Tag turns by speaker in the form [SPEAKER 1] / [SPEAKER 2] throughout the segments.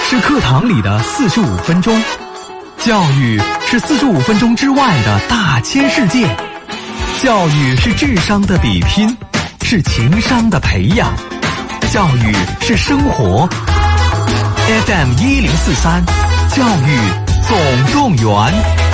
[SPEAKER 1] 是课堂里的45分钟，教育是45分钟之外的大千世界，教育是智商的比拼，是情商的培养，教育是生活。FM 1043，教育总动员。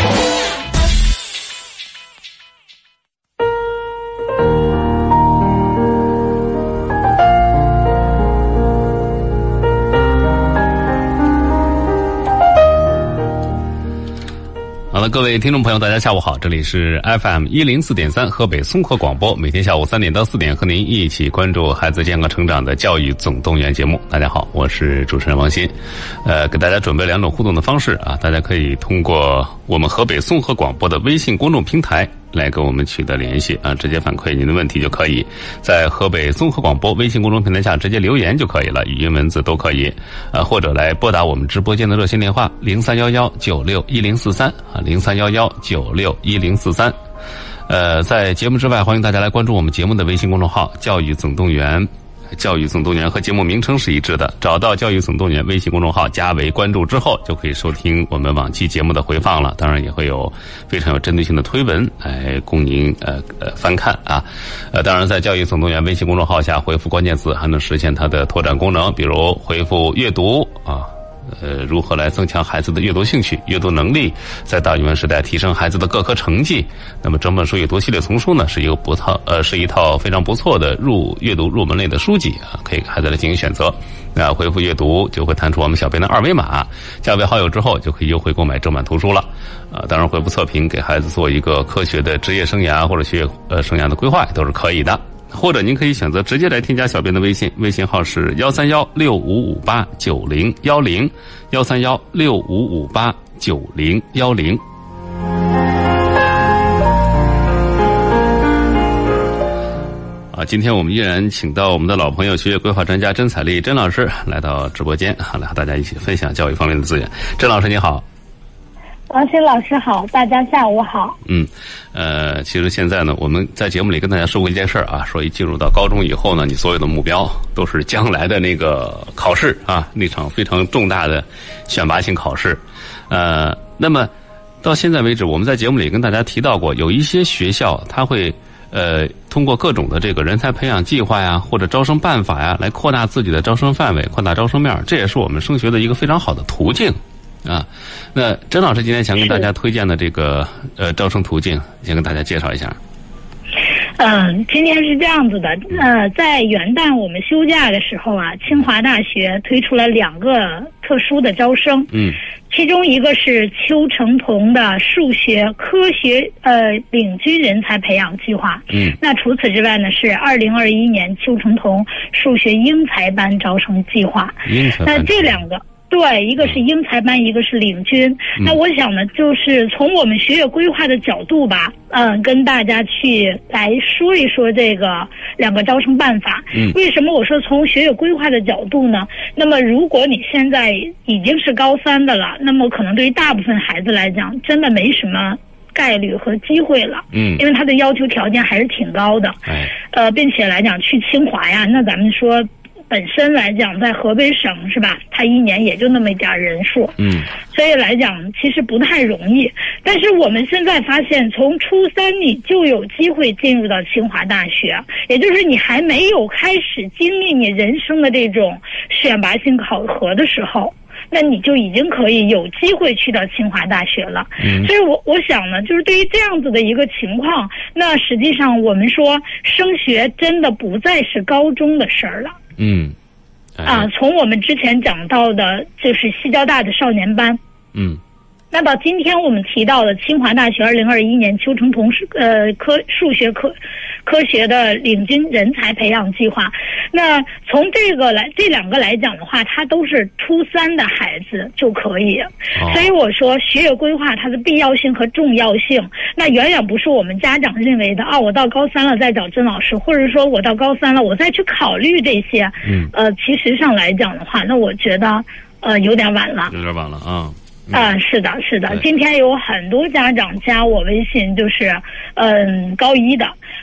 [SPEAKER 2] 好了，各位听众朋友，大家下午好，这里是 FM 104.3河北综合广播，每天下午3点到4点和您一起关注孩子健康成长的教育总动员节目。大家好，我是主持人王鑫。给大家准备2种互动的方式啊，大家可以通过我们河北综合广播的微信公众平台来跟我们取得联系啊，直接反馈您的问题就可以，在河北综合广播微信公众平台下直接留言就可以了，语音文字都可以，或者来拨打我们直播间的热线电话0311961043啊，0311961043。在节目之外，欢迎大家来关注我们节目的微信公众号“教育总动员”。教育总动员和节目名称是一致的，找到教育总动员微信公众号加为关注之后，就可以收听我们往期节目的回放了。当然也会有非常有针对性的推文来供您翻看啊。当然在教育总动员微信公众号下回复关键字还能实现它的拓展功能，比如回复阅读啊。如何来增强孩子的阅读兴趣、阅读能力，在大语文时代提升孩子的各科成绩。那么整本书阅读系列丛书呢，是一套非常不错的阅读入门类的书籍啊，可以给孩子来进行选择。那回复阅读就会弹出我们小编的2维码，加为好友之后就可以优惠购买正版图书了。当然回复测评给孩子做一个科学的职业生涯或者学业生涯的规划都是可以的。或者您可以选择直接来添加小编的微信，微信号是13165589010，13165589010。今天我们依然请到我们的老朋友学业规划专家甄彩丽甄老师来到直播间来和大家一起分享教育方面的资源。甄老师你好。
[SPEAKER 3] 王鑫老师好，大家下午好。
[SPEAKER 2] 其实现在呢，我们在节目里跟大家说过一件事儿啊，说一进入到高中以后呢，你所有的目标都是将来的那个考试啊，那场非常重大的选拔性考试。那么到现在为止，我们在节目里跟大家提到过，有一些学校它会通过各种的这个人才培养计划呀，或者招生办法呀，来扩大自己的招生范围，扩大招生面，这也是我们升学的一个非常好的途径。那甄老师今天想跟大家推荐的这个招生途径，先跟大家介绍一下。
[SPEAKER 3] 今天是这样子的，在元旦我们休假的时候啊，清华大学推出了2个特殊的招生，其中一个是邱成桐的数学科学领军人才培养计划，那除此之外呢，是2021年邱成桐数学英才班招生计划。那这2个。对，一个是英才班，一个是领军。那我想呢，就是从我们学业规划的角度吧，跟大家去来说一说这个2个招生办法。为什么我说从学业规划的角度呢？那么如果你现在已经是高3的了，那么可能对于大部分孩子来讲，真的没什么概率和机会了，因为他的要求条件还是挺高的，并且来讲去清华呀，那咱们说。本身来讲，在河北省是吧？它1年也就那么一点人数，所以来讲其实不太容易。但是我们现在发现，从初3你就有机会进入到清华大学，也就是你还没有开始经历你人生的这种选拔性考核的时候，那你就已经可以有机会去到清华大学了。所以我想呢，就是对于这样子的一个情况，那实际上我们说升学真的不再是高中的事儿了。从我们之前讲到的就是西交大的少年班，那到今天我们提到的清华大学2021年邱成桐数学科学的领军人才培养计划，那从这2个来讲的话，它都是初3的孩子就可以。所以我说学业规划它的必要性和重要性，那远远不是我们家长认为的我到高3了再找甄老师，或者说我到高3了我再去考虑这些。其实上来讲的话，那我觉得有点晚了。
[SPEAKER 2] 有点晚了啊。
[SPEAKER 3] 是的，是的。今天有很多家长加我微信，就是高一的，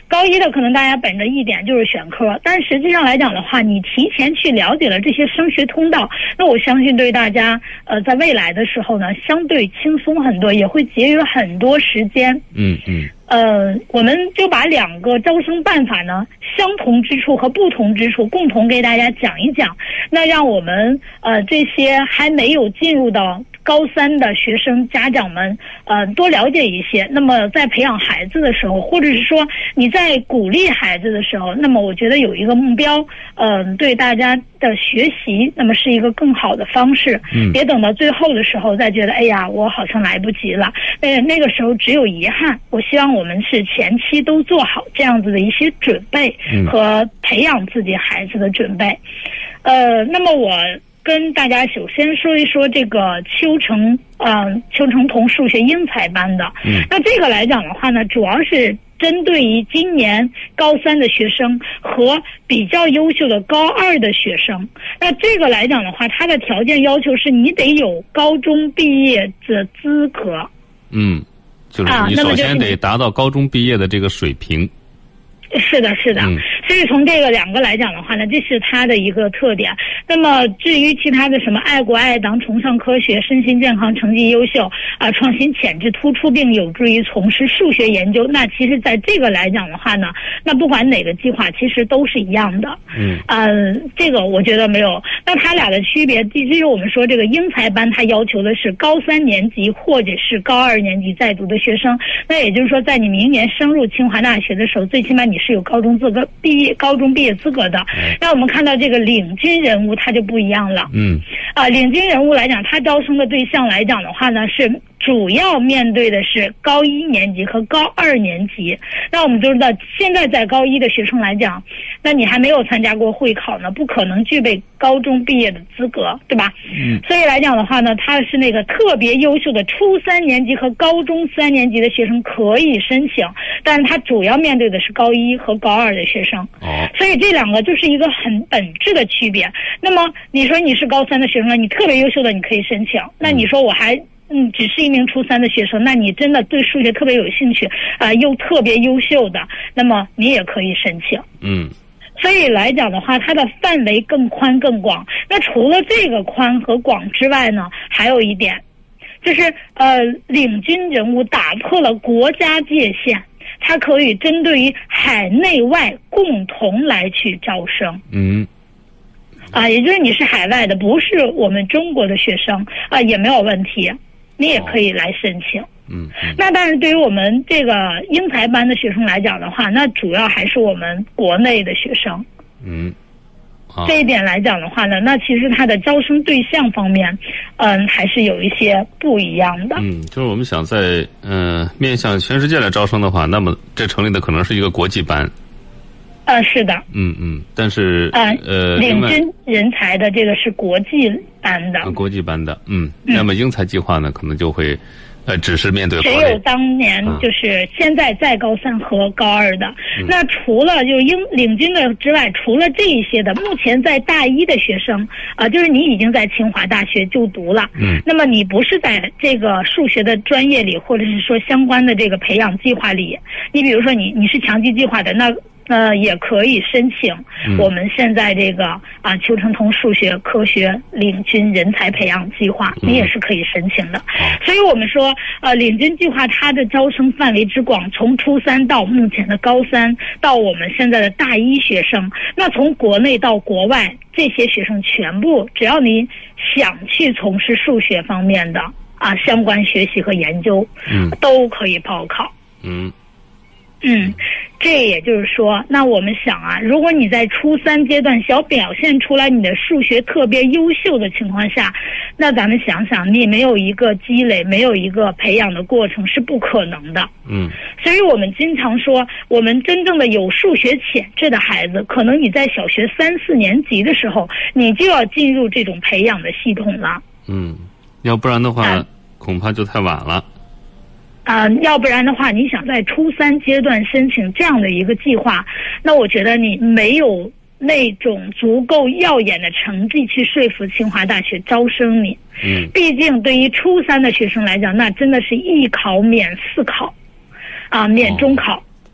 [SPEAKER 3] 高一的可能大家本着一点就是选科，但实际上来讲的话，你提前去了解了这些升学通道，那我相信对大家在未来的时候呢，相对轻松很多，也会节约很多时间。我们就把2个招生办法呢，相同之处和不同之处共同给大家讲一讲，那让我们这些还没有进入到高3的学生家长们多了解一些。那么在培养孩子的时候，或者是说你在鼓励孩子的时候，那么我觉得有一个目标，对大家的学习那么是一个更好的方式。别等到最后的时候再觉得哎呀我好像来不及了，那个时候只有遗憾。我希望我们是前期都做好这样子的一些准备和培养自己孩子的准备。那么我跟大家首先说一说这个邱成桐数学英才班的。那这个来讲的话呢，主要是针对于今年高3的学生和比较优秀的高2的学生。那这个来讲的话，它的条件要求是你得有高中毕业的资格。
[SPEAKER 2] 就是你首先得达到高中毕业的这个水平。
[SPEAKER 3] 是的，是的。所以从这个2个来讲的话呢，这是它的一个特点。那么至于其他的什么爱国爱党、崇尚科学、身心健康、成绩优秀创新潜质突出并有助于从事数学研究，那其实在这个来讲的话呢，那不管哪个计划其实都是一样的。这个我觉得没有。那它俩的区别，就是我们说这个英才班它要求的是高3年级或者是高2年级在读的学生，那也就是说在你明年升入清华大学的时候，最起码你是有高中毕业资格的。那我们看到这个领军人物它就不一样了。领军人物来讲，他招生的对象来讲的话呢，是主要面对的是高1年级和高2年级。那我们都知道，现在在高1的学生来讲，那你还没有参加过会考呢，不可能具备高中毕业的资格，对吧？所以来讲的话呢，他是那个特别优秀的初3年级和高中3年级的学生可以申请，但是他主要面对的是高1和高2的学生。所以这2个就是一个很本质的区别。那么你说你是高3的学生，你特别优秀的你可以申请，那你说我还只是一名初3的学生，那你真的对数学特别有兴趣又特别优秀的，那么你也可以申请。所以来讲的话，它的范围更宽更广。那除了这个宽和广之外呢，还有一点就是领军人物打破了国家界限，它可以针对于海内外共同来去招生。也就是你是海外的，不是我们中国的学生也没有问题，你也可以来申请。那但是对于我们这个英才班的学生来讲的话，那主要还是我们国内的学生。这一点来讲的话呢，那其实它的招生对象方面还是有一些不一样的。
[SPEAKER 2] 就是我们想在面向全世界来招生的话，那么这成立的可能是一个国际班。
[SPEAKER 3] 是的。
[SPEAKER 2] 但是
[SPEAKER 3] 领军人才的这个是国际班的。国际班的。
[SPEAKER 2] 那么英才计划呢，可能就会只是面对
[SPEAKER 3] 只有当年就是现在在高3和高2的。那除了就领军的之外，除了这一些的，目前在大1的学生就是你已经在清华大学就读了。那么你不是在这个数学的专业里，或者是说相关的这个培养计划里，你比如说你是强基计划的，那也可以申请我们现在这个邱成桐数学科学领军人才培养计划，你也是可以申请的。所以我们说领军计划它的招生范围之广，从初3到目前的高3，到我们现在的大1学生，那从国内到国外，这些学生全部只要你想去从事数学方面的相关学习和研究，都可以报考。这也就是说，那我们想如果你在初3阶段小表现出来你的数学特别优秀的情况下，那咱们想想，你没有一个积累，没有一个培养的过程是不可能的。所以我们经常说，我们真正的有数学潜质的孩子，可能你在小学3、4年级的时候，你就要进入这种培养的系统了。
[SPEAKER 2] 要不然的话，恐怕就太晚了。
[SPEAKER 3] 要不然的话，你想在初3阶段申请这样的一个计划，那我觉得你没有那种足够耀眼的成绩去说服清华大学招生你。毕竟对于初3的学生来讲，那真的是一考免4考，免中考。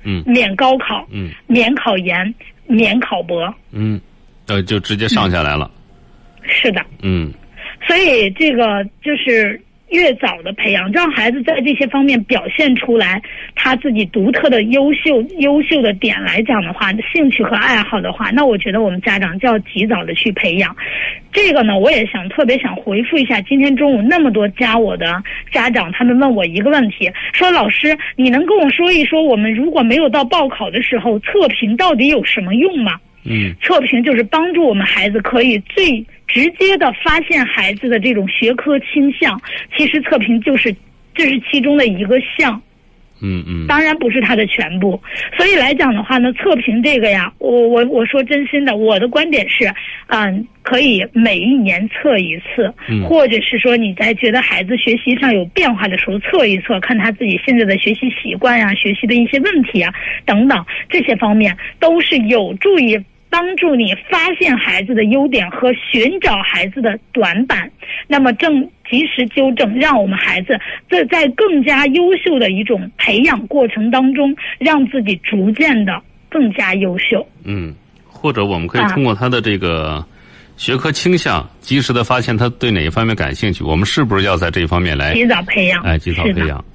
[SPEAKER 3] 免高考，免考研，免考博，
[SPEAKER 2] 就直接上下来了。
[SPEAKER 3] 是的，所以这个就是越早的培养，让孩子在这些方面表现出来他自己独特的优秀的点来讲的话，兴趣和爱好的话，那我觉得我们家长就要及早的去培养。这个呢，我也特别想回复一下今天中午那么多加我的家长，他们问我一个问题，说老师，你能跟我说一说，我们如果没有到报考的时候，测评到底有什么用吗？测评就是帮助我们孩子可以最直接的发现孩子的这种学科倾向，其实测评这是其中的一个项，当然不是它的全部。所以来讲的话呢，测评这个呀，我说真心的，我的观点是，可以每一年测一次，或者是说你在觉得孩子学习上有变化的时候测一测，看他自己现在的学习习惯呀、学习的一些问题啊等等，这些方面都是有助于帮助你发现孩子的优点和寻找孩子的短板，那么及时纠正，让我们孩子在更加优秀的一种培养过程当中，让自己逐渐的更加优秀。
[SPEAKER 2] 或者我们可以通过他的这个学科倾向，及时的发现他对哪一方面感兴趣，我们是不是要在这一方面来
[SPEAKER 3] 及早培养？
[SPEAKER 2] 及早培养。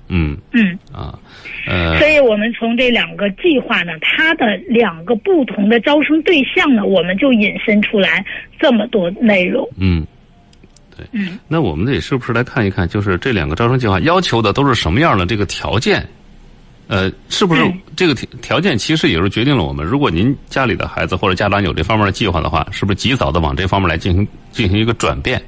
[SPEAKER 3] 所以我们从这两个计划呢，它的两个不同的招生对象呢，我们就引申出来这么多内容。
[SPEAKER 2] 对。那我们得是不是来看一看，就是这两个招生计划要求的都是什么样的这个条件？是不是这个条件其实也是决定了我们，如果您家里的孩子或者家长有这方面的计划的话，是不是及早的往这方面来进行一个转变？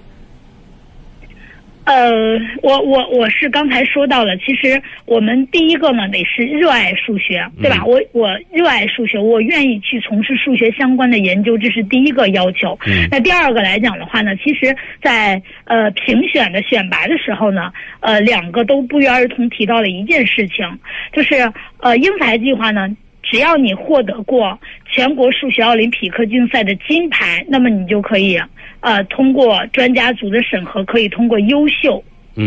[SPEAKER 3] 我是刚才说到了，其实我们第一个呢得是热爱数学，对吧？我热爱数学，我愿意去从事数学相关的研究，这是第一个要求。那第二个来讲的话呢，其实在评选的选拔的时候呢，两个都不约而同提到了一件事情，就是英才计划呢，只要你获得过全国数学奥林匹克竞赛的金牌，那么你就可以通过专家组的审核，可以通过优秀。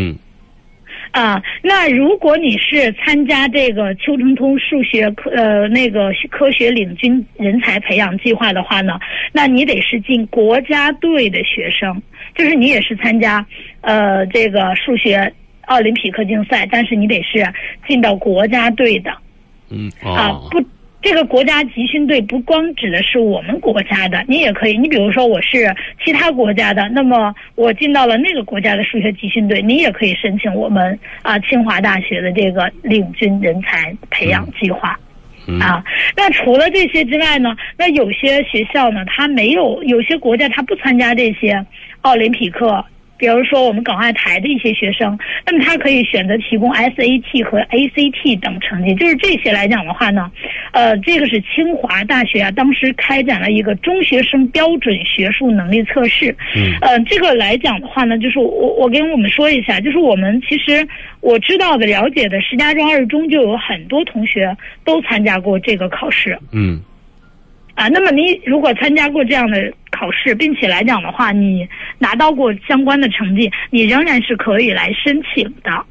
[SPEAKER 3] 那如果你是参加这个邱成通数学科学领军人才培养计划的话呢，那你得是进国家队的学生，就是你也是参加这个数学奥林匹克竞赛，但是你得是进到国家队的。这个国家集训队不光指的是我们国家的，你也可以，你比如说我是其他国家的，那么我进到了那个国家的数学集训队，你也可以申请我们清华大学的这个领军人才培养计划。那除了这些之外呢，那有些学校呢，它没有，有些国家它不参加这些奥林匹克，比如说我们港澳台的一些学生，那么他可以选择提供 SAT 和 ACT 等成绩。就是这些来讲的话呢，这个是清华大学当时开展了一个中学生标准学术能力测试。这个来讲的话呢，就是我跟我们说一下，就是我们其实我知道的了解的，石家庄二中就有很多同学都参加过这个考试。那么你如果参加过这样的考试，并且来讲的话，你拿到过相关的成绩，你仍然是可以来申请的。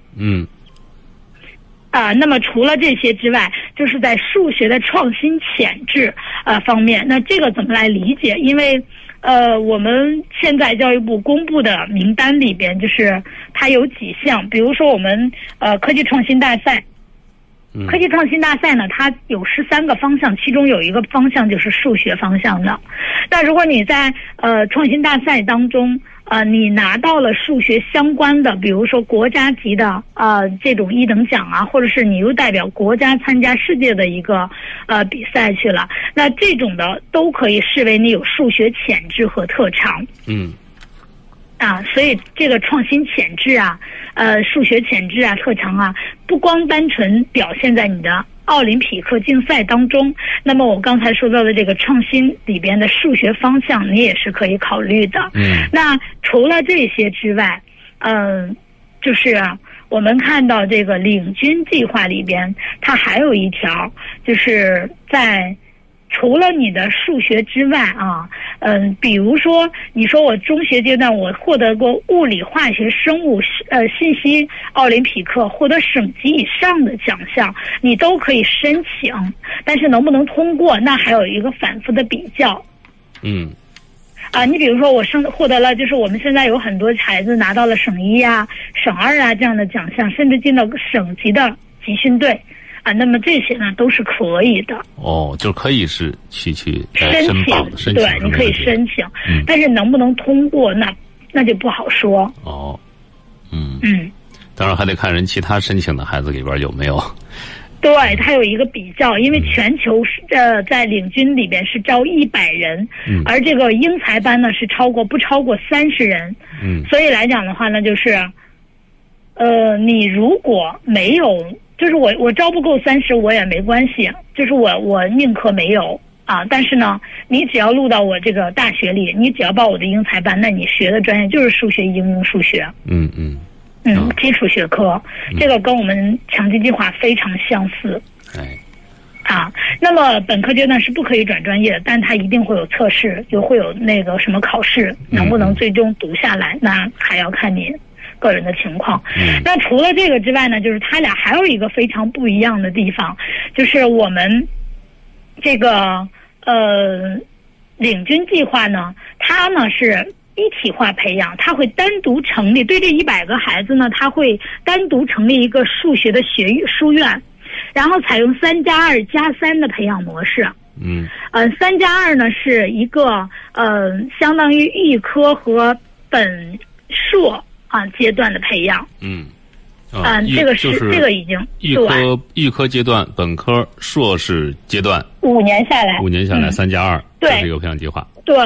[SPEAKER 3] 那么除了这些之外，就是在数学的创新潜质方面，那这个怎么来理解？因为我们现在教育部公布的名单里边，就是它有几项，比如说我们科技创新大赛。科技创新大赛呢，它有13个方向，其中有一个方向就是数学方向的。那如果你在创新大赛当中，你拿到了数学相关的，比如说国家级的这种1等奖或者是你又代表国家参加世界的一个比赛去了，那这种的都可以视为你有数学潜质和特长。所以这个创新潜质数学潜质特长不光单纯表现在你的奥林匹克竞赛当中，那么我刚才说到的这个创新里边的数学方向，你也是可以考虑的。那除了这些之外，就是我们看到这个领军计划里边，它还有一条，就是在除了你的数学之外啊，比如说你说我中学阶段我获得过物理、化学、生物、信息奥林匹克，获得省级以上的奖项，你都可以申请，但是能不能通过，那还有一个反复的比较。你比如说我获得了，就是我们现在有很多孩子拿到了省一啊、省二啊这样的奖项，甚至进到省级的集训队。那么这些呢都是可以的。
[SPEAKER 2] 就可以是去
[SPEAKER 3] 申请，对，你可以申请，但是能不能通过，那就不好说。
[SPEAKER 2] 当然还得看人其他申请的孩子里边有没有。
[SPEAKER 3] 对，它有一个比较，因为全球在领军里边是招100人，而这个英才班呢是不超过30人。所以来讲的话呢，就是你如果没有，就是我招不够30我也没关系，就是我宁可没有但是呢，你只要录到我这个大学里，你只要报我的英才班，那你学的专业就是数学、应用数学。基础学科，这个跟我们强基计划非常相似。那么本科阶段是不可以转专业的，但它一定会有测试，会有那个什么考试，能不能最终读下来，那还要看你个人的情况。那除了这个之外呢，就是他俩还有一个非常不一样的地方，就是我们这个领军计划呢，它呢是一体化培养，它会单独成立，对这100个孩子呢，它会单独成立一个数学的书院，然后采用3+2+3的培养模式。3+2呢是一个相当于预科和本硕阶段的培养。这个已经预
[SPEAKER 2] 科阶段、本科、硕士阶段
[SPEAKER 3] 5年下来
[SPEAKER 2] 3+2，
[SPEAKER 3] 对，
[SPEAKER 2] 这个培养计划。
[SPEAKER 3] 对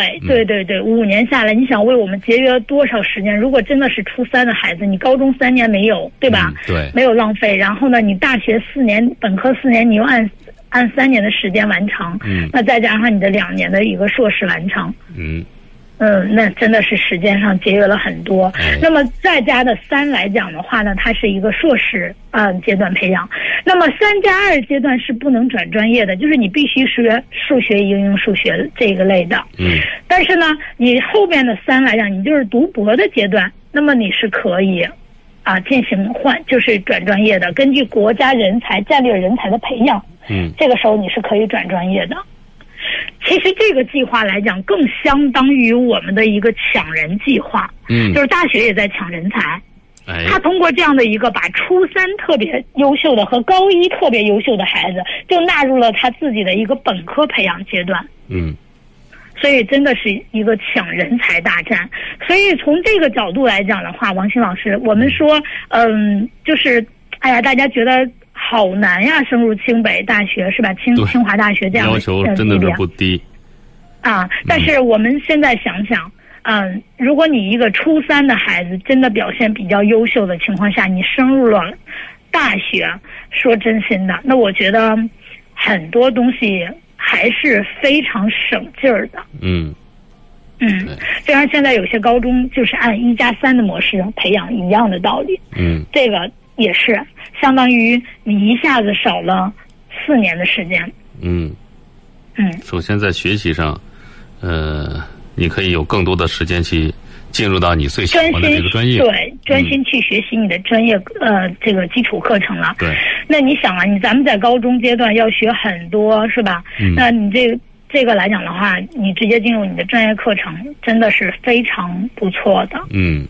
[SPEAKER 3] ，5年下来，你想为我们节约多少时间？如果真的是初3的孩子，你高中3年没有，对吧？
[SPEAKER 2] 对，
[SPEAKER 3] 没有浪费。然后呢，你大学4年、本科4年，你又按3年的时间完成，那再加上你的2年的一个硕士完成，那真的是时间上节约了很多。那么再加的3来讲的话呢，它是一个硕士阶段培养。那么3+2阶段是不能转专业的，就是你必须学数学、应用数学这个类的。但是呢，你后边的3来讲，你就是读博的阶段，那么你是可以进行就是转专业的，根据国家战略人才的培养，这个时候你是可以转专业的。其实这个计划来讲，更相当于我们的一个抢人计划。就是大学也在抢人才。他通过这样的一个把初3特别优秀的和高1特别优秀的孩子，就纳入了他自己的一个本科培养阶段。所以真的是一个抢人才大战。所以从这个角度来讲的话，王鑫老师，我们说，就是大家觉得好难呀，升入清北大学是吧？清华大学这样的
[SPEAKER 2] 要求真的是不低
[SPEAKER 3] 但是我们现在想想，如果你一个初3的孩子真的表现比较优秀的情况下，你升入了大学，说真心的，那我觉得很多东西还是非常省劲儿的。虽然现在有些高中就是按1+3的模式培养一样的道理。这个也是相当于你一下子少了4年的时间。
[SPEAKER 2] 首先在学习上，你可以有更多的时间去进入到你最喜欢的这个专业，
[SPEAKER 3] 对，专心去学习你的专业这个基础课程了。
[SPEAKER 2] 对，
[SPEAKER 3] 那你想咱们在高中阶段要学很多，是吧？那你这个来讲的话，你直接进入你的专业课程，真的是非常不错的。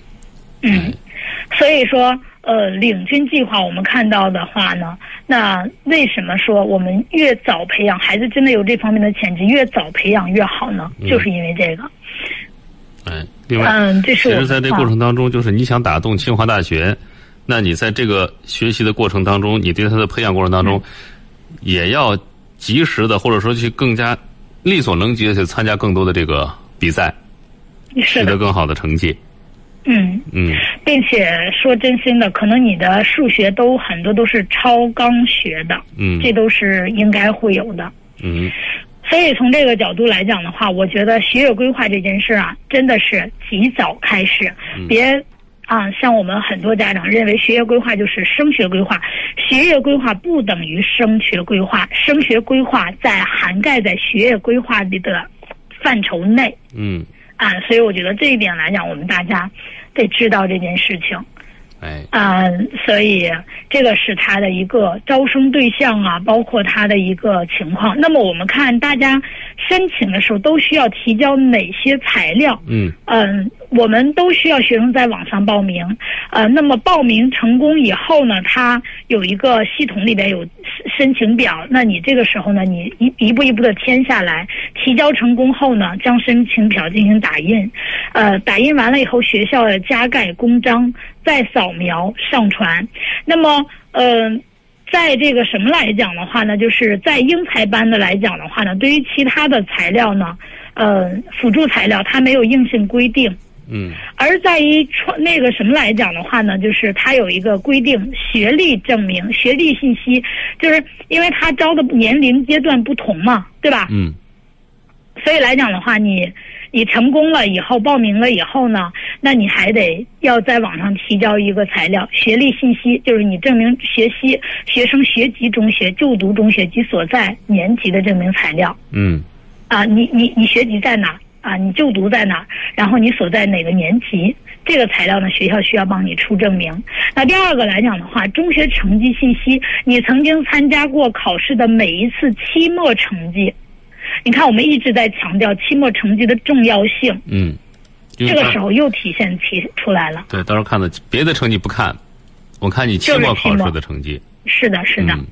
[SPEAKER 3] 所以说，领军计划我们看到的话呢，那为什么说我们越早培养孩子真的有这方面的潜质，越早培养越好呢？就是因为这个。
[SPEAKER 2] 另外，其实在这过程当中，就是你想打动清华大学，那你在这个学习的过程当中，你对他的培养过程当中，也要及时的，或者说去更加力所能及的去参加更多的这个比赛，取得更好的成绩。并且说真心的，可能你的数学很多都是超纲学的，这都是应该会有的。所以从这个角度来讲的话，我觉得学业规划这件事真的是及早开始，别
[SPEAKER 3] 像我们很多家长认为学业规划就是升学规划，学业规划不等于升学规划，升学规划在涵盖在学业规划里的范畴内。所以我觉得这一点来讲，我们大家得知道这件事情。所以这个是他的一个招生对象包括他的一个情况。那么我们看大家申请的时候都需要提交哪些材料？我们都需要学生在网上报名。那么报名成功以后呢，他有一个系统里边有申请表，那你这个时候呢，你一步一步的填下来，提交成功后呢，将申请表进行打印。打印完了以后，学校要加盖公章，再扫描上传。那么在这个什么来讲的话呢，就是在英才班的来讲的话呢，对于其他的材料呢，辅助材料它没有硬性规定。而在于那个什么来讲的话呢，就是它有一个规定，学历证明、学历信息，就是因为它招的年龄阶段不同嘛，对吧？所以来讲的话，你成功了以后，报名了以后呢，那你还得要在网上提交一个材料，学历信息，就是你证明学生学籍中学、就读中学及所在年级的证明材料。你学籍在哪？你就读在哪儿，然后你所在哪个年级，这个材料呢，学校需要帮你出证明。那第二个来讲的话，中学成绩信息，你曾经参加过考试的每一次期末成绩。你看，我们一直在强调期末成绩的重要性。这个时候又体现出来了。
[SPEAKER 2] 对，到时候看的别的成绩不看，我看你期末考试的成绩。
[SPEAKER 3] 是的。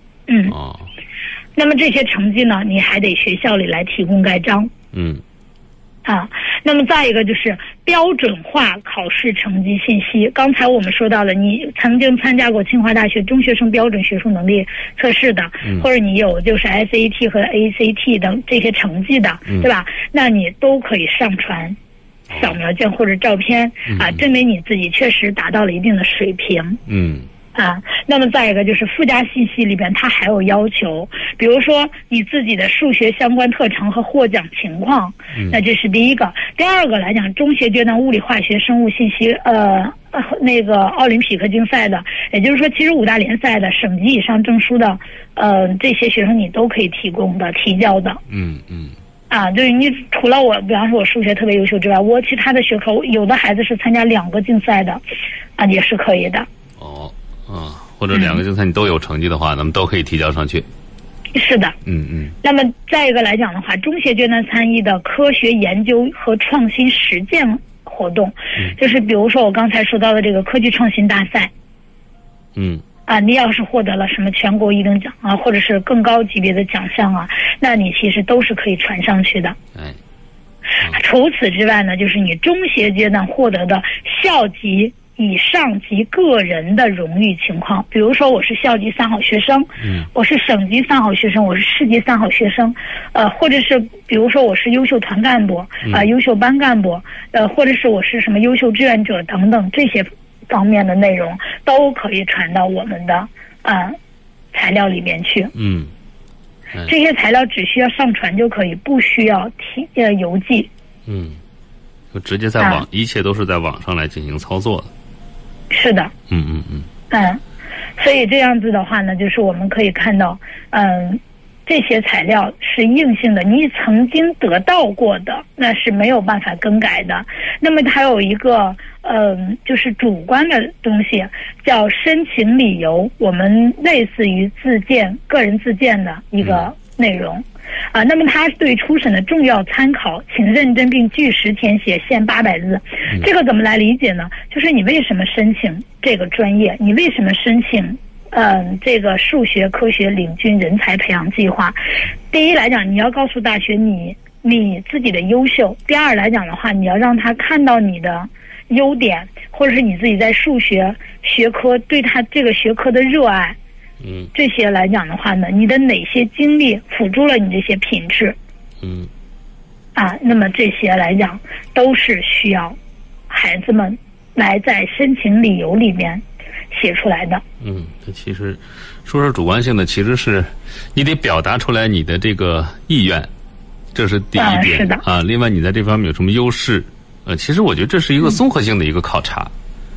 [SPEAKER 3] 那么这些成绩呢，你还得学校里来提供盖章。那么再一个就是标准化考试成绩信息。刚才我们说到了，你曾经参加过清华大学中学生标准学术能力测试的，或者你有就是 SAT 和 ACT 等这些成绩的，对吧？那你都可以上传扫描件或者照片证明你自己确实达到了一定的水平。那么再一个就是附加信息里边它还有要求，比如说你自己的数学相关特长和获奖情况。那这是第一个。第二个来讲，中学阶段物理化学生物信息那个奥林匹克竞赛的，也就是说其实5大联赛的省级以上证书的这些学生你都可以提交的。就是你除了我比方说我数学特别优秀之外，我其他的学科有的孩子是参加2个竞赛的也是可以的。
[SPEAKER 2] 或者2个竞赛你都有成绩的话，那么都可以提交上去。
[SPEAKER 3] 是的。那么再一个来讲的话，中学阶段参与的科学研究和创新实践活动，就是比如说我刚才说到的这个科技创新大赛。你要是获得了什么全国1等奖或者是更高级别的奖项那你其实都是可以传上去的。除此之外呢，就是你中学阶段获得的校级以上级个人的荣誉情况，比如说我是校级3好学生，我是省级3好学生，我是市级3好学生，或者是比如说我是优秀团干部优秀班干部，或者是我是什么优秀志愿者等等，这些方面的内容都可以传到我们的材料里面去。这些材料只需要上传就可以，不需要邮寄。
[SPEAKER 2] 就直接在一切都是在网上来进行操作的。
[SPEAKER 3] 是的。所以这样子的话呢，就是我们可以看到这些材料是硬性的，你曾经得到过的那是没有办法更改的。那么还有一个就是主观的东西叫申请理由，我们类似于个人自荐的一个内容那么它对初审的重要参考，请认真并据实填写，限800字。这个怎么来理解呢？就是你为什么申请这个专业，你为什么申请这个数学科学领军人才培养计划。第一来讲，你要告诉大学你自己的优秀；第二来讲的话，你要让他看到你的优点，或者是你自己在数学学科对他这个学科的热爱。这些来讲的话呢，你的哪些经历辅助了你这些品质？那么这些来讲都是需要孩子们来在申请理由里面写出来的。
[SPEAKER 2] 这其实说是主观性的，其实是你得表达出来你的这个意愿，这是第一点。
[SPEAKER 3] 是的。
[SPEAKER 2] 另外你在这方面有什么优势？其实我觉得这是一个综合性的一个考察。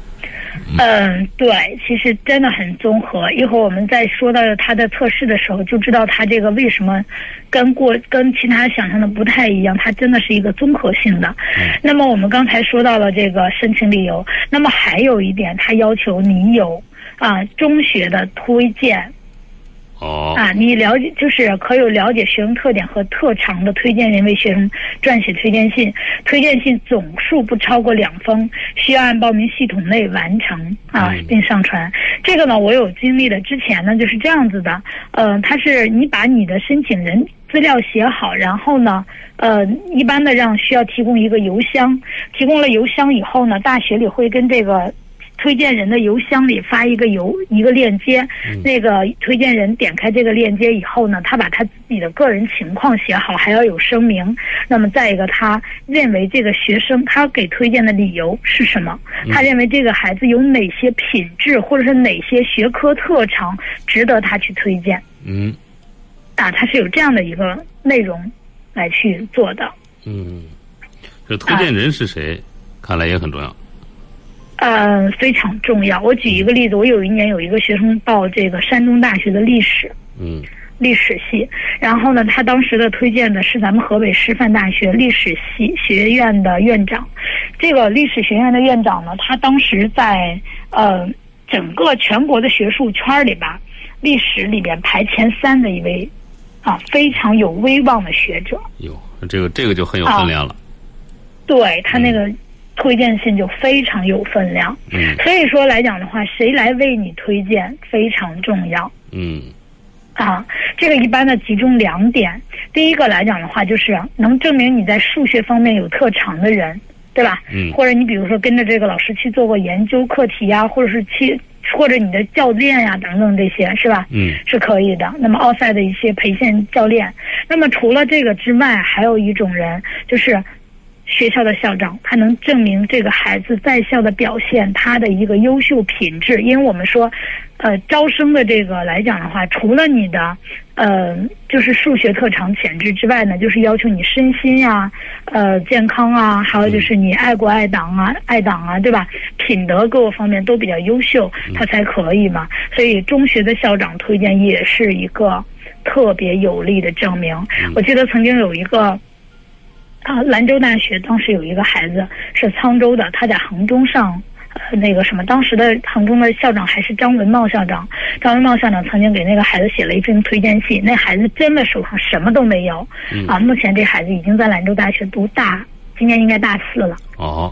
[SPEAKER 3] 对，其实真的很综合。一会儿我们在说到他的测试的时候，就知道他这个为什么跟其他想象的不太一样，它真的是一个综合性的。那么我们刚才说到了这个申请理由，那么还有一点，他要求你有中学的推荐。你了解就是可有了解学生特点和特长的推荐人为学生撰写推荐信，推荐信总数不超过2封，需要按报名系统内完成并上传。这个呢，我有经历的。之前呢就是这样子的，它是你把你的申请人资料写好，然后呢，一般的需要提供一个邮箱，提供了邮箱以后呢，大学里会跟这个推荐人的邮箱里发一个链接，那个推荐人点开这个链接以后呢，他把他自己的个人情况写好，还要有声明。那么再一个，他认为这个学生他给推荐的理由是什么？他认为这个孩子有哪些品质或者是哪些学科特长值得他去推荐？他是有这样的一个内容来去做的。
[SPEAKER 2] 这推荐人是谁？看来也很重要。
[SPEAKER 3] 非常重要。我举一个例子，我有一年有一个学生报这个山东大学的历史，历史系，然后呢，他当时的推荐的是咱们河北师范大学历史系学院的院长。这个历史学院的院长呢，他当时在整个全国的学术圈里吧，历史里边排前3的一位非常有威望的学者。这个就很有分量了。对，他那个推荐信就非常有分量。所以说来讲的话，谁来为你推荐非常重要。这个一般的集中2点。第一个来讲的话，就是能证明你在数学方面有特长的人，对吧？或者你比如说跟着这个老师去做过研究课题啊，或者你的教练呀等等这些，是吧？是可以的。那么奥赛的一些陪练教练。那么除了这个之外，还有一种人就是学校的校长，他能证明这个孩子在校的表现，他的一个优秀品质。因为我们说，招生的这个来讲的话，除了你的就是数学特长潜质之外呢，就是要求你身心啊、健康啊，还有就是你爱国爱党啊，对吧？品德各个方面都比较优秀，他才可以嘛。所以中学的校长推荐也是一个特别有力的证明。我记得曾经有一个兰州大学当时有一个孩子是沧州的，他在衡中上当时的衡中的校长还是张文茂校长。张文茂校长曾经给那个孩子写了一封推荐信，那孩子真的手上什么都没有。目前这孩子已经在兰州大学今年应该大4了。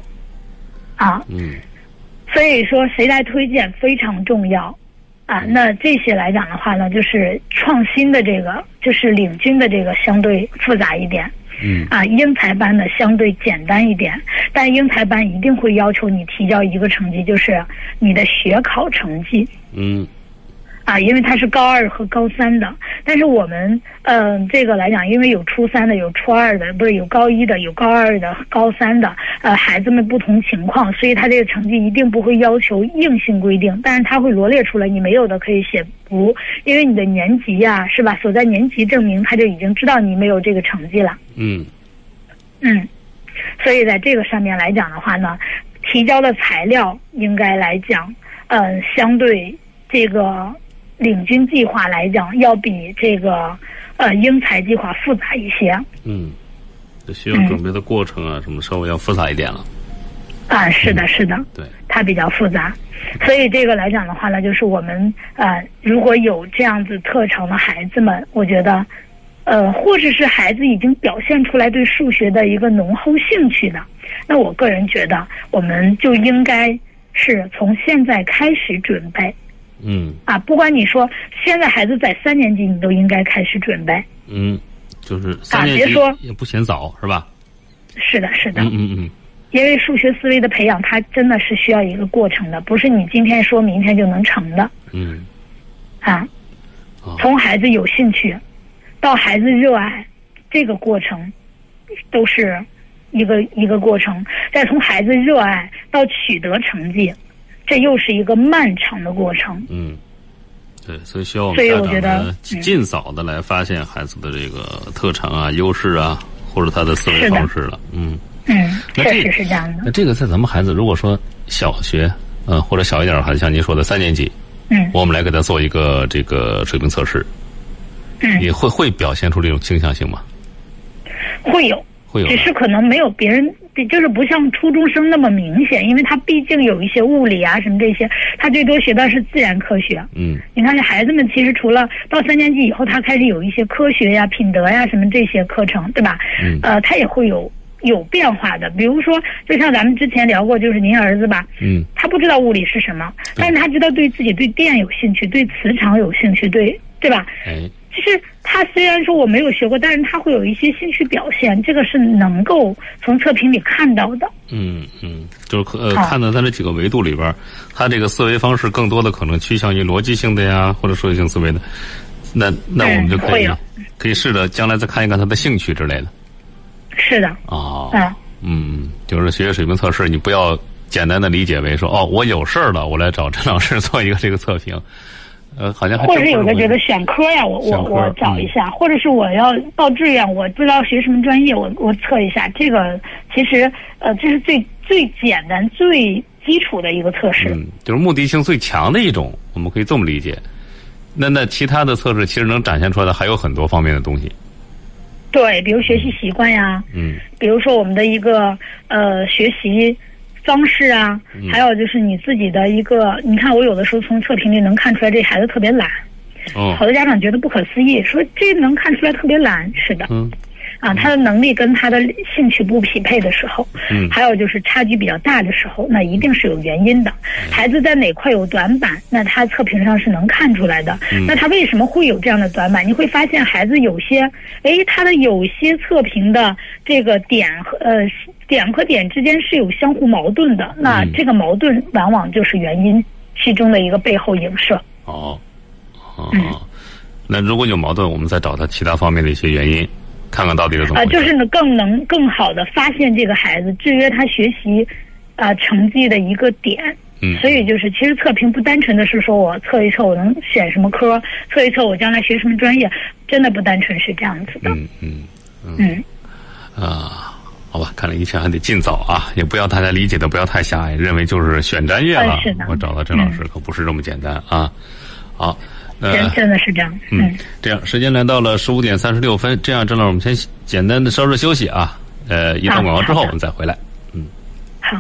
[SPEAKER 3] 所以说谁来推荐非常重要。那这些来讲的话呢，就是创新的这个，就是领军的这个相对复杂一点。英才班的相对简单一点，但英才班一定会要求你提交一个成绩，就是你的学考成绩。因为它是高2和高3的，但是我们这个来讲，因为有初3的，有初2的，不是有高1的，有高2的，高3的，孩子们不同情况，所以他这个成绩一定不会要求硬性规定，但是他会罗列出来，你没有的可以写不，因为你的年级呀，是吧？所在年级证明他就已经知道你没有这个成绩了。所以在这个上面来讲的话呢，提交的材料应该来讲，相对这个领军计划来讲，要比这个英才计划复杂一些。
[SPEAKER 2] 这需要准备的过程啊，什么稍微要复杂一点了。
[SPEAKER 3] 是的，是的，
[SPEAKER 2] 对，
[SPEAKER 3] 它比较复杂。所以这个来讲的话呢，就是我们如果有这样子特长的孩子们，我觉得或者是孩子已经表现出来对数学的一个浓厚兴趣的，那我个人觉得我们就应该是从现在开始准备。不管你说现在孩子在3年级，你都应该开始准备。
[SPEAKER 2] 就是3年级
[SPEAKER 3] 别说
[SPEAKER 2] 也不嫌早，是吧？
[SPEAKER 3] 是的，是的。因为数学思维的培养，它真的是需要一个过程的，不是你今天说明天就能成的。从孩子有兴趣到孩子热爱，这个过程都是一个过程。再从孩子热爱到取得成绩，这又是一个漫长的过程。
[SPEAKER 2] 对，所以需要我们家长呢尽早的来发现孩子的这个特长啊、优势啊，或者他的思维方式了。
[SPEAKER 3] 确实是这样的。
[SPEAKER 2] 那这个在咱们孩子如果说小学或者小一点，好像您说的3年级，我们来给他做一个这个水平测试，也会表现出这种倾向性吗？
[SPEAKER 3] 会有，只是可能没有别人，就是不像初中生那么明显，因为他毕竟有一些物理啊什么这些，他最多学的是自然科学。你看这孩子们其实除了到3年级以后，他开始有一些科学呀、品德呀什么这些课程，对吧？他也会有变化的。比如说，就像咱们之前聊过，就是您儿子吧，他不知道物理是什么，但是他知道对自己对电有兴趣，对磁场有兴趣，对吧？其实他虽然说我没有学过，但是他会有一些兴趣表现，这个是能够从测评里看到的。
[SPEAKER 2] 就是看到他这几个维度里边，他这个思维方式更多的可能趋向于逻辑性的呀，或者数学性思维的。那我们就可以试着将来再看一看他的兴趣之类的。是的。就是学水平测试，你不要简单的理解为说我有事儿了，我来找陈老师做一个这个测评。好像还
[SPEAKER 3] 或者有的觉得选科呀，我找一下，或者是我要报志愿，我不知道学什么专业，我测一下。这个其实这是最简单、最基础的一个测试。
[SPEAKER 2] 就是目的性最强的一种，我们可以这么理解。那其他的测试其实能展现出来的还有很多方面的东西。
[SPEAKER 3] 对，比如学习习惯呀，比如说我们的一个学习方式啊，还有就是你自己的一个，你看我有的时候从测评里能看出来这孩子特别懒，好多家长觉得不可思议，说这能看出来特别懒。是的，他的能力跟他的兴趣不匹配的时候，还有就是差距比较大的时候，那一定是有原因的。孩子在哪块有短板，那他测评上是能看出来的。那他为什么会有这样的短板？你会发现孩子有些，他的有些测评的这个点和点之间是有相互矛盾的，那这个矛盾往往就是原因其中的一个背后影射。
[SPEAKER 2] 那如果有矛盾，我们再找他其他方面的一些原因，看看到底是怎么回事。
[SPEAKER 3] 就是呢，更好的发现这个孩子制约他学习成绩的一个点。所以就是其实测评不单纯的是说我测一测我能选什么科，测一测我将来学什么专业，真的不单纯是这样子的。
[SPEAKER 2] 好吧，看来一切还得尽早啊，也不要大家理解的不要太狭隘，认为就是选专业了。我找到郑老师可不是这么简单啊。好，
[SPEAKER 3] 真的是这样。
[SPEAKER 2] 这样时间来到了15点36分，这样郑老师我们先简单的稍事休息啊，一段广告之后我们再回来。
[SPEAKER 3] 好。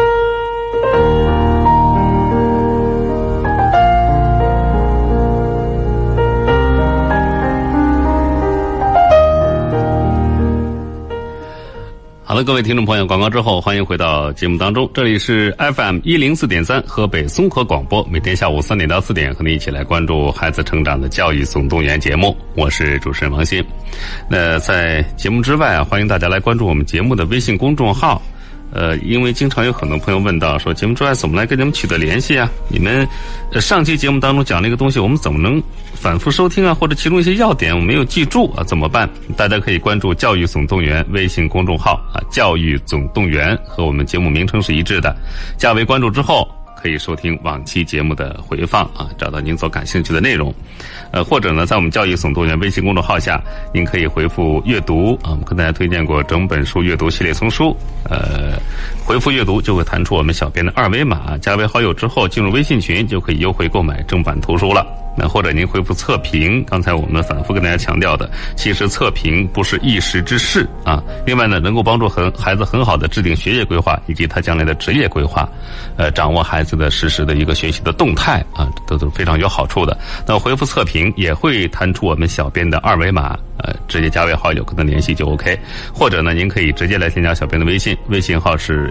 [SPEAKER 2] 好了，各位听众朋友，广告之后欢迎回到节目当中，这里是 FM 104.3河北综合广播，每天下午3点到4点和您一起来关注孩子成长的教育总动员节目，我是主持人王鑫。那在节目之外欢迎大家来关注我们节目的微信公众号。因为经常有很多朋友问到说，节目之外怎么来跟你们取得联系啊？你们上期节目当中讲那个东西，我们怎么能反复收听啊？或者其中一些要点我没有记住啊，怎么办？大家可以关注教育总动员微信公众号教育总动员和我们节目名称是一致的，加为关注之后可以收听往期节目的回放找到您所感兴趣的内容。或者呢，在我们教育总动员微信公众号下，您可以回复阅读我们跟大家推荐过整本书阅读系列丛书，回复阅读就会弹出我们小编的2维码，加为好友之后进入微信群就可以优惠购买正版图书了。那或者您回复测评，刚才我们反复跟大家强调的，其实测评不是一时之事另外呢，能够帮助孩子很好的制定学业规划以及他将来的职业规划，掌握孩子的实时的一个学习的动态都是非常有好处的。那回复测评也会弹出我们小编的2维码，直接加为好友跟他联系就 OK。或者呢，您可以直接来添加小编的微信，微信号是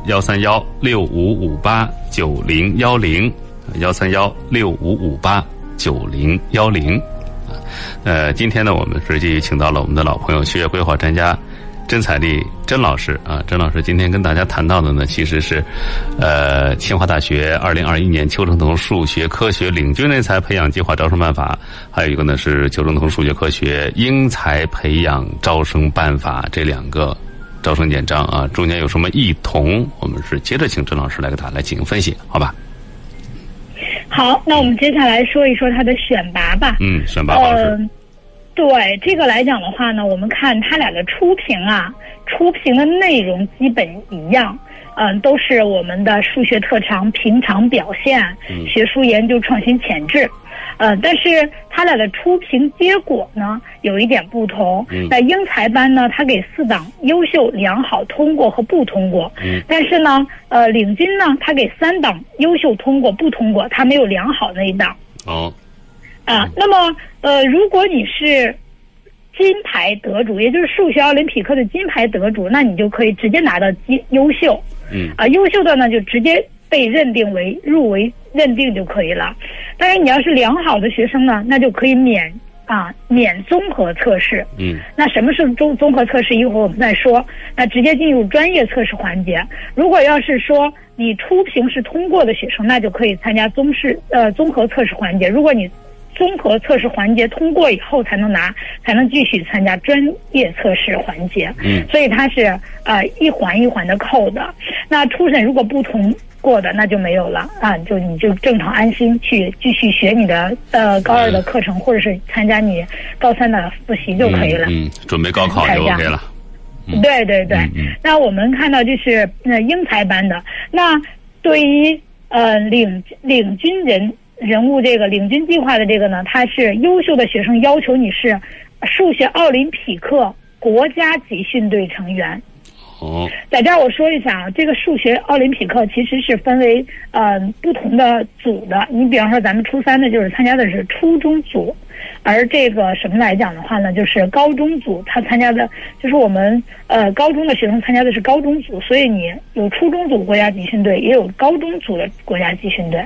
[SPEAKER 2] 131658901，131658901。今天呢，我们实际请到了我们的老朋友学业规划专家甄彩丽甄老师甄老师今天跟大家谈到的呢，其实是清华大学2021年邱成桐数学科学领军人才培养计划招生办法，还有一个呢是邱成桐数学科学英才培养招生办法，这2个招生简章中间有什么异同？我们是接着请甄老师来给大家来进行分析，好吧？
[SPEAKER 3] 好，那我们接下来说一说他的选拔吧。
[SPEAKER 2] 选拔方式。
[SPEAKER 3] 对这个来讲的话呢，我们看他俩的出评的内容基本一样， 都是我们的数学特长、平常表现、学术研究、创新潜质。但是他俩的出评结果呢有一点不同。在英才班呢，他给4档：优秀、良好、通过和不通过。但是呢，领军呢，他给3档：优秀、通过、不通过，他没有良好那一档。那么如果你是金牌得主，也就是数学奥林匹克的金牌得主，那你就可以直接拿到优秀。优秀的呢就直接被认定为入围认定就可以了。当然你要是良好的学生呢，那就可以免综合测试。那什么是综合测试，一会儿我们再说。那直接进入专业测试环节。如果要是说你初评是通过的学生，那就可以参加综合测试环节。如果你综合测试环节通过以后才能继续参加专业测试环节。所以它是一环一环的扣的。那初审如果不通过的，那就没有了你就正常安心去继续学你的高2的课程，或者是参加你高3的复习就可以了。
[SPEAKER 2] 准备高考就 OK 了。
[SPEAKER 3] 对对对。那我们看到就是英才班的，那对于领军人物这个领军计划的这个呢，它是优秀的学生要求你是数学奥林匹克国家集训队成员。在这儿我说一下这个数学奥林匹克其实是分为不同的组的。你比方说咱们初3的就是参加的是初中组，而这个什么来讲的话呢，就是高中组，他参加的就是我们高中的学生参加的是高中组，所以你有初中组国家集训队，也有高中组的国家集训队。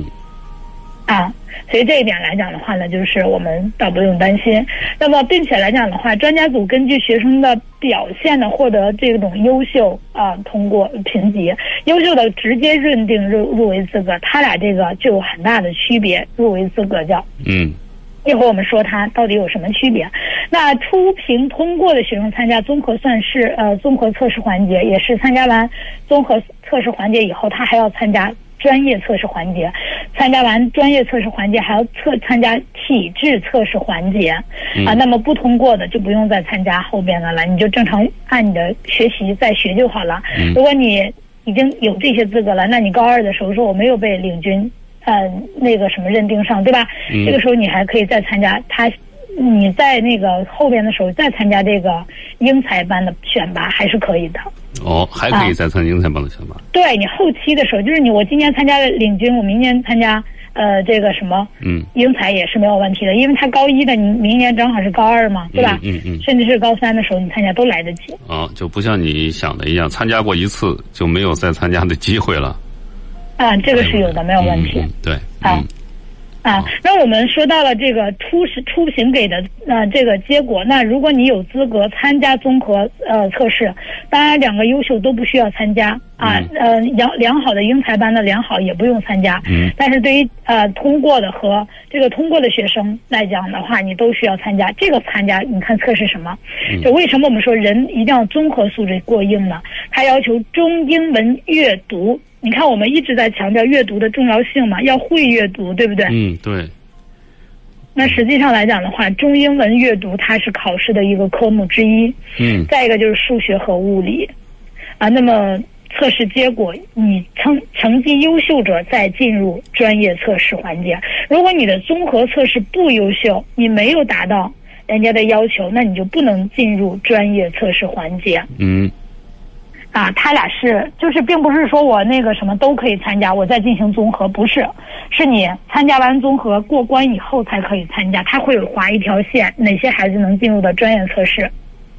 [SPEAKER 3] 所以这一点来讲的话呢，就是我们倒不用担心。那么并且来讲的话，专家组根据学生的表现呢，获得这种优秀通过评级，优秀的直接认定入围资格，他俩这个就有很大的区别。入围资格叫一会儿我们说它到底有什么区别。那初评通过的学生参加综合测试环节，也是参加完综合测试环节以后，他还要参加专业测试环节，参加完专业测试环节还要参加体质测试环节。那么不通过的就不用再参加后边的了，你就正常按你的学习再学就好了。如果你已经有这些资格了，那你高2的时候说我没有被领军那个什么认定上，对吧？这个时候你还可以再参加你在那个后边的时候再参加这个英才班的选拔还是可以的。
[SPEAKER 2] 还可以再参加英才班的选拔。
[SPEAKER 3] 对，你后期的时候，就是我今年参加了领军，我明年参加这个什么英才也是没有问题的，因为他高1的，你明年正好是高2嘛，对吧？甚至是高3的时候你参加都来得及。
[SPEAKER 2] 就不像你想的一样，参加过一次就没有再参加的机会了。
[SPEAKER 3] 这个是有的，没有问题。
[SPEAKER 2] 对。
[SPEAKER 3] 那我们说到了这个初评给的这个结果，那如果你有资格参加综合测试，当然2个优秀都不需要参加良好的英才班的良好也不用参加。但是对于通过的和这个通过的学生来讲的话，你都需要参加。这个参加你看测试什么？就为什么我们说人一定要综合素质过硬呢？他要求中英文阅读。你看我们一直在强调阅读的重要性嘛，要会阅读，对不对？
[SPEAKER 2] 对。
[SPEAKER 3] 那实际上来讲的话，中英文阅读它是考试的一个科目之一。再一个就是数学和物理。那么测试结果，你成绩优秀者再进入专业测试环节。如果你的综合测试不优秀，你没有达到人家的要求，那你就不能进入专业测试环节。他俩就是并不是说我那个什么都可以参加，我再进行综合，不是，是你参加完综合过关以后才可以参加，它会有划一条线，哪些孩子能进入到专业测试。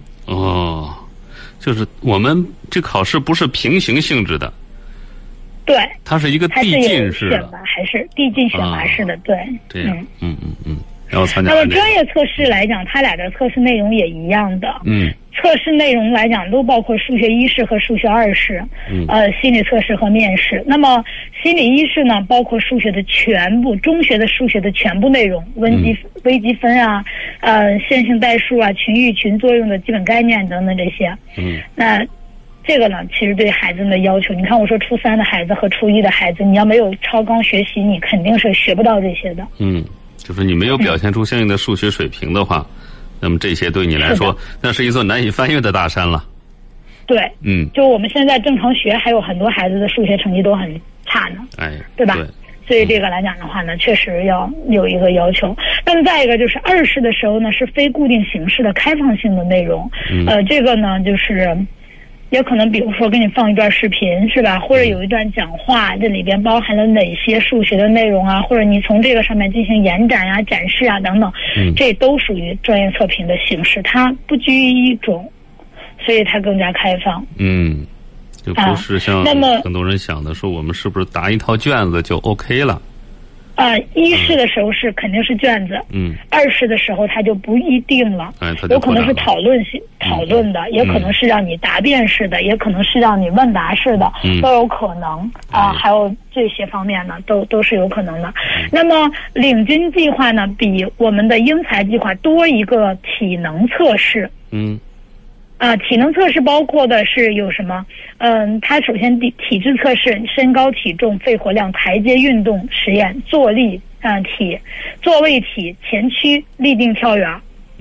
[SPEAKER 2] 就是我们这考试不是平行性质的，
[SPEAKER 3] 对，
[SPEAKER 2] 它是一个递进式的，
[SPEAKER 3] 还是递进选拔式的，对，
[SPEAKER 2] 这样，然后参加。
[SPEAKER 3] 那么专业测试来讲，它俩的测试内容也一样的，测试内容来讲都包括数学1试和数学2试，心理测试和面试。那么心理1试呢，包括数学的全部，中学的数学的全部内容，微积分线性代数群域群作用的基本概念等等这些。那这个呢，其实对孩子们的要求，你看我说初3的孩子和初1的孩子，你要没有超纲学习，你肯定是学不到这些的。
[SPEAKER 2] 就是你没有表现出相应的数学水平的话，那么这些对你来说，那是一座难以翻越的大山了。
[SPEAKER 3] 对，就我们现在正常学，还有很多孩子的数学成绩都很差呢，对吧？所以这个来讲的话呢，确实要有一个要求。那么再一个就是二试的时候呢，是非固定形式的开放性的内容，这个呢就是也可能比如说给你放一段视频是吧，或者有一段讲话，这里边包含了哪些数学的内容啊，或者你从这个上面进行延展啊、展示啊等等，这都属于专业测评的形式，它不拘于一种，所以它更加开放。
[SPEAKER 2] 就不是像很多人想的说我们是不是答一套卷子就 OK 了。
[SPEAKER 3] 一试的时候是肯定是卷子，二试的时候它就不一定了，有可能是讨论的，也可能是让你答辩式的，也可能是让你问答式的，都有可能还有这些方面呢，都是有可能的。那么领军计划呢，比我们的英才计划多一个体能测试。体能测试包括的是有什么？它首先体质测试、身高体重、肺活量、台阶运动实验、坐立体、坐位体、前屈、立定跳远。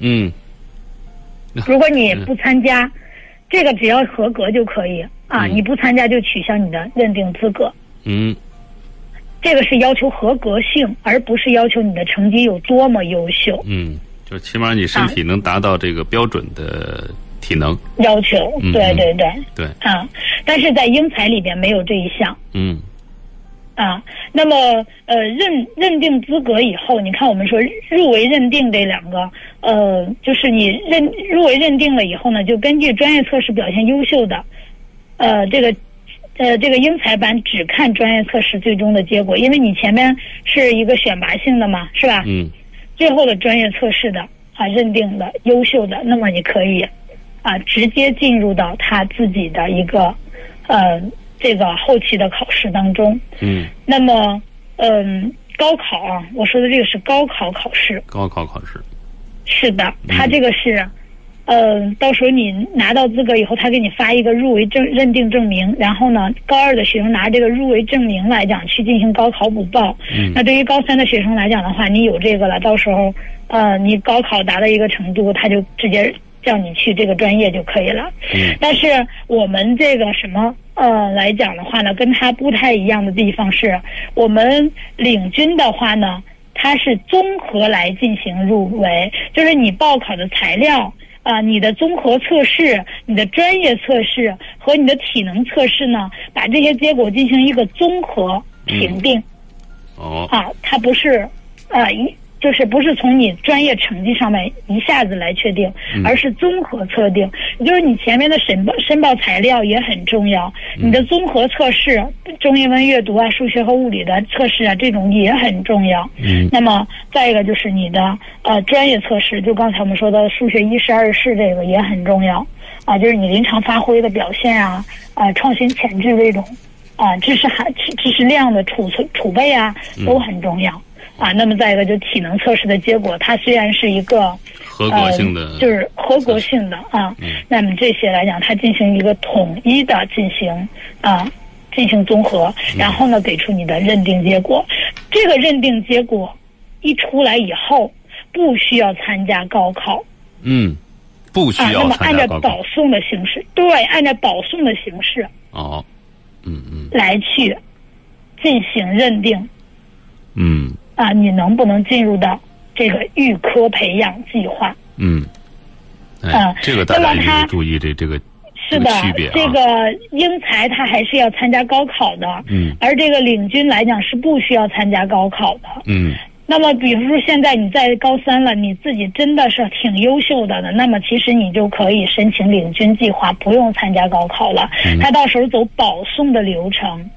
[SPEAKER 3] 如果你不参加，这个只要合格就可以你不参加就取消你的认定资格。这个是要求合格性，而不是要求你的成绩有多么优秀。
[SPEAKER 2] 就起码你身体能达到这个标准的体能
[SPEAKER 3] 要求，对，但是在英才里边没有这一项，那么认定资格以后，你看我们说入围认定这两个，就是你入围认定了以后呢，就根据专业测试表现优秀的，这个英才班只看专业测试最终的结果，因为你前面是一个选拔性的嘛，是吧？最后的专业测试的认定的优秀的，那么你可以直接进入到他自己的一个这个后期的考试当中。那么高考我说的这个是高考考试。高考考试。是的，他这个是到时候你拿到资格以后，他给你发一个入围认定证明，然后呢，高二的学生拿这个入围证明来讲去进行高考补报。那对于高三的学生来讲的话，你有这个了，到时候你高考达到一个程度，他就直接叫你去这个专业就可以了。但是我们这个什么来讲的话呢，跟它不太一样的地方是，我们领军的话呢，它是综合来进行入围，就是你报考的材料你的综合测试、你的专业测试和你的体能测试呢，把这些结果进行一个综合评定。它不是就是不是从你专业成绩上面一下子来确定，而是综合测定。也就是你前面的申报材料也很重要，你的综合测试，中英文阅读数学和物理的测试这种也很重要。那么再一个就是你的专业测试，就刚才我们说的数学1试、2试，这个也很重要就是你临场发挥的表现创新潜质这种知识量的储备都很重要。那么再一个就体能测试的结果，它虽然是一个
[SPEAKER 2] 合格性的，
[SPEAKER 3] 就是合格性的那么这些来讲，它进行一个统一的进行综合，然后呢给出你的认定结果。这个认定结果一出来以后，不需要参加高考。不需要参加高考。那么按照保送的形式，对，按照保送的形式来去进行认定。你能不能进入到这个预科培养计划？
[SPEAKER 2] 这个大家一定注意这个
[SPEAKER 3] 是的，
[SPEAKER 2] 区别
[SPEAKER 3] 这个英才他还是要参加高考的，而这个领军来讲是不需要参加高考的。那么比如说现在你在高三了，你自己真的是挺优秀的，那么其实你就可以申请领军计划，不用参加高考了。他到时候走保送的流程。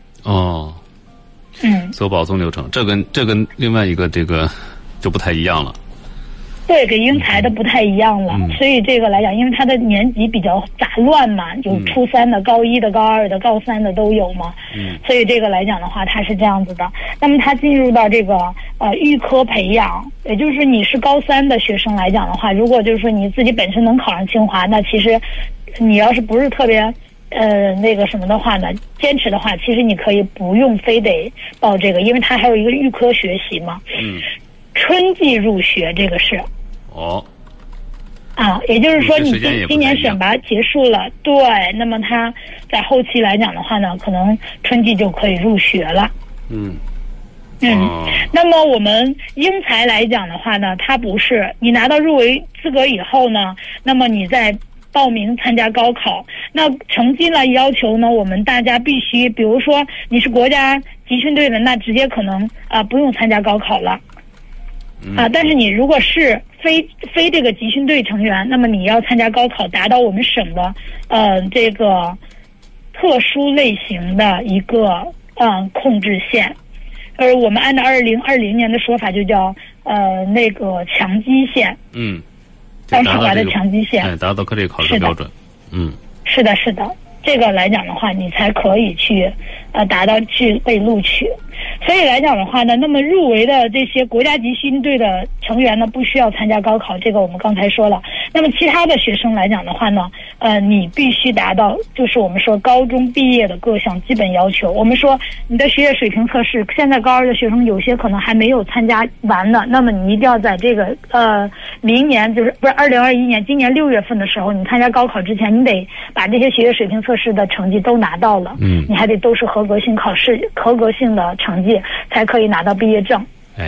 [SPEAKER 2] 走保送流程，这跟另外一个这个就不太一样了。
[SPEAKER 3] 对，给英才的不太一样了。所以这个来讲，因为他的年级比较杂乱嘛，有初三的、高一的、高二的、高三的都有嘛。所以这个来讲的话，它是这样子的。那么他进入到这个预科培养，也就是你是高三的学生来讲的话，如果就是说你自己本身能考上清华，那其实你要是不是特别那个什么的话呢，坚持的话，其实你可以不用非得报这个，因为它还有一个预科学习嘛。春季入学这个是。 也就是说你今年选拔结束了，对，那么他在后期来讲的话呢，可能春季就可以入学了。那么我们英才来讲的话呢，它不是你拿到入围资格以后呢，那么你再报名参加高考，那成绩呢要求呢，我们大家必须，比如说你是国家集训队的，那直接可能不用参加高考了。但是你如果是非这个集训队成员，那么你要参加高考，达到我们省的这个特殊类型的一个控制线，我们按照2020年的说法就叫那个强基线，当处罚的强基线，
[SPEAKER 2] 达到这个考试标准。
[SPEAKER 3] 是的，这个来讲的话，你才可以去达到去被录取。所以来讲的话呢，那么入围的这些国家集训队的成员呢，不需要参加高考，这个我们刚才说了。那么其他的学生来讲的话呢，你必须达到就是我们说高中毕业的各项基本要求。我们说你的学业水平测试，现在高二的学生有些可能还没有参加完呢，那么你一定要在这个明年不是2021年今年6月份的时候，你参加高考之前，你得把这些学业水平测试的成绩都拿到了，你还得都是合格性考试、合格性的成绩，才可以拿到毕业证。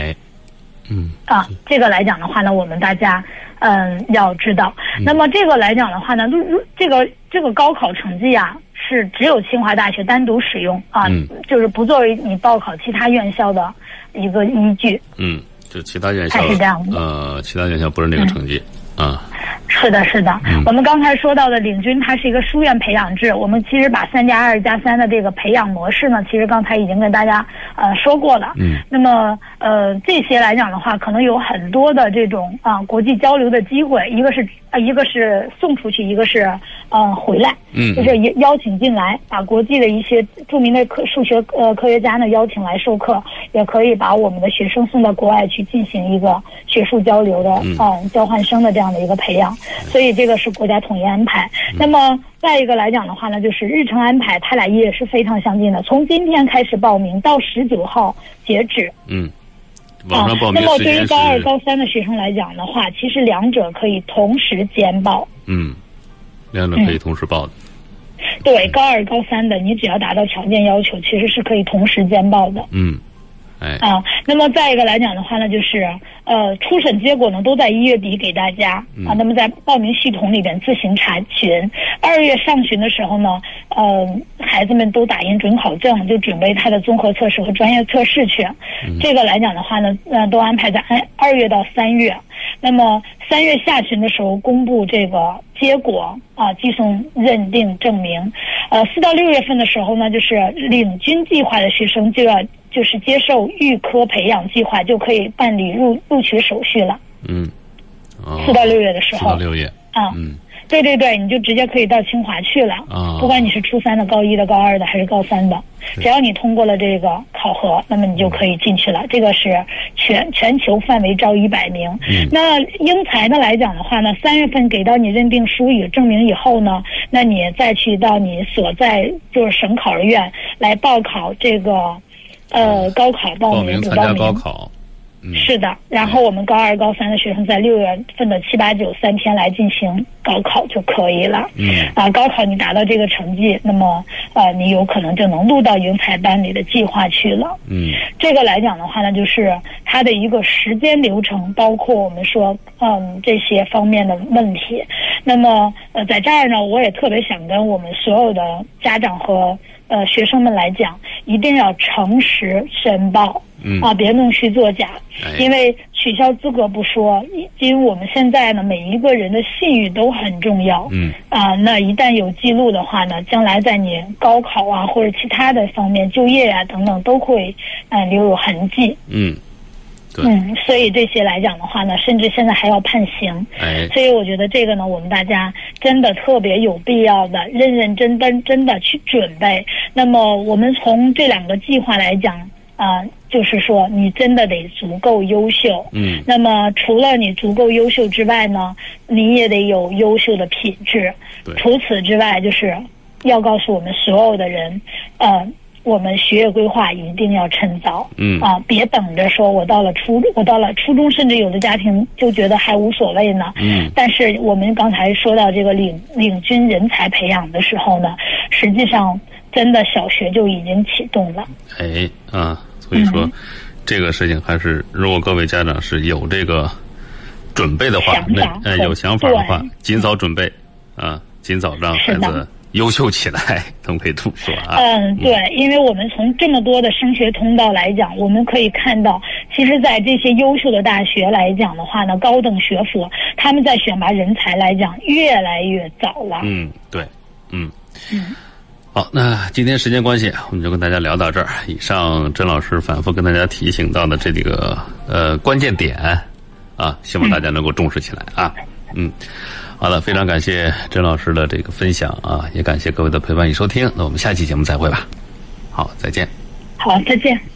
[SPEAKER 3] 这个来讲的话呢，我们大家要知道。那么这个来讲的话呢，这个高考成绩是只有清华大学单独使用就是不作为你报考其他院校的一个依据。
[SPEAKER 2] 就其他院校
[SPEAKER 3] 是这样的。
[SPEAKER 2] 其他院校不是那个成绩。
[SPEAKER 3] 是的，我们刚才说到的领军，它是一个书院培养制。我们其实把3+2+3的这个培养模式呢，其实刚才已经跟大家说过了。那么这些来讲的话，可能有很多的这种国际交流的机会，一个是送出去，一个是回来，就是邀请进来，把国际的一些著名的数学科学家呢邀请来授课，也可以把我们的学生送到国外去进行一个学术交流的交换生的这样的一个培养。所以这个是国家统一安排。那么再一个来讲的话呢，就是日程安排，它俩也是非常相近的。从今天开始报名到19号截止。
[SPEAKER 2] 网上报名
[SPEAKER 3] 那么对于高2、高3的学生来讲的话，其实两者可以同时兼报。
[SPEAKER 2] 两者可以同时报的。
[SPEAKER 3] 对，高2、高3的，你只要达到条件要求，其实是可以同时兼报的。那么再一个来讲的话呢，就是初审结果呢都在1月底给大家那么在报名系统里边自行查询。2月上旬的时候呢，孩子们都打印准考证，就准备他的综合测试和专业测试去。这个来讲的话呢，都安排在2月到3月。那么3月下旬的时候公布这个结果寄送认定证明。4到6月份的时候呢，就是领军计划的学生就是接受预科培养计划，就可以办理录取手续了。4到6月的时候。
[SPEAKER 2] 4到6月。
[SPEAKER 3] 对，你就直接可以到清华去了。不管你是初3的、高1的、高2的还是高3的，只要你通过了这个考核，那么你就可以进去了。这个是全球范围招100名。那英才呢来讲的话呢，3月份给到你认定书与证明以后呢，那你再去到你所在就是省考试院来报考这个高考报名
[SPEAKER 2] 参加高考。
[SPEAKER 3] 是的，然后我们高2、高3的学生在6月份的7、8、9 3天来进行高考就可以了。高考你达到这个成绩，那么你有可能就能录到英才班里的计划去了。这个来讲的话呢，就是它的一个时间流程，包括我们说这些方面的问题。那么在这儿呢，我也特别想跟我们所有的家长和学生们来讲，一定要诚实申报。别弄虚作假。因为取消资格不说，因为我们现在呢，每一个人的信誉都很重要。那一旦有记录的话呢，将来在你高考或者其他的方面就业等等都会留有痕迹。所以这些来讲的话呢，甚至现在还要判刑。所以我觉得这个呢，我们大家真的特别有必要的认真的去准备。那么我们从这2个计划来讲就是说你真的得足够优秀。那么除了你足够优秀之外呢，你也得有优秀的品质。除此之外，就是要告诉我们所有的人， 我们学业规划一定要趁早，别等着说我到了初中，甚至有的家庭就觉得还无所谓呢。但是我们刚才说到这个领军人才培养的时候呢，实际上真的小学就已经启动了。
[SPEAKER 2] 所以说这个事情还是，如果各位家长是有这个准备的话，有想法的话，尽早准备尽早让孩子优秀起来，咱们可以这么说啊。
[SPEAKER 3] 对，因为我们从这么多的升学通道来讲，我们可以看到，其实在这些优秀的大学来讲的话呢，高等学府他们在选拔人才来讲越来越早了。
[SPEAKER 2] 对，好，那今天时间关系，我们就跟大家聊到这儿。以上甄老师反复跟大家提醒到的这几个关键点希望大家能够重视起来啊。好了，非常感谢甄老师的这个分享也感谢各位的陪伴与收听。那我们下期节目再会吧。好，再见。
[SPEAKER 3] 好，再见。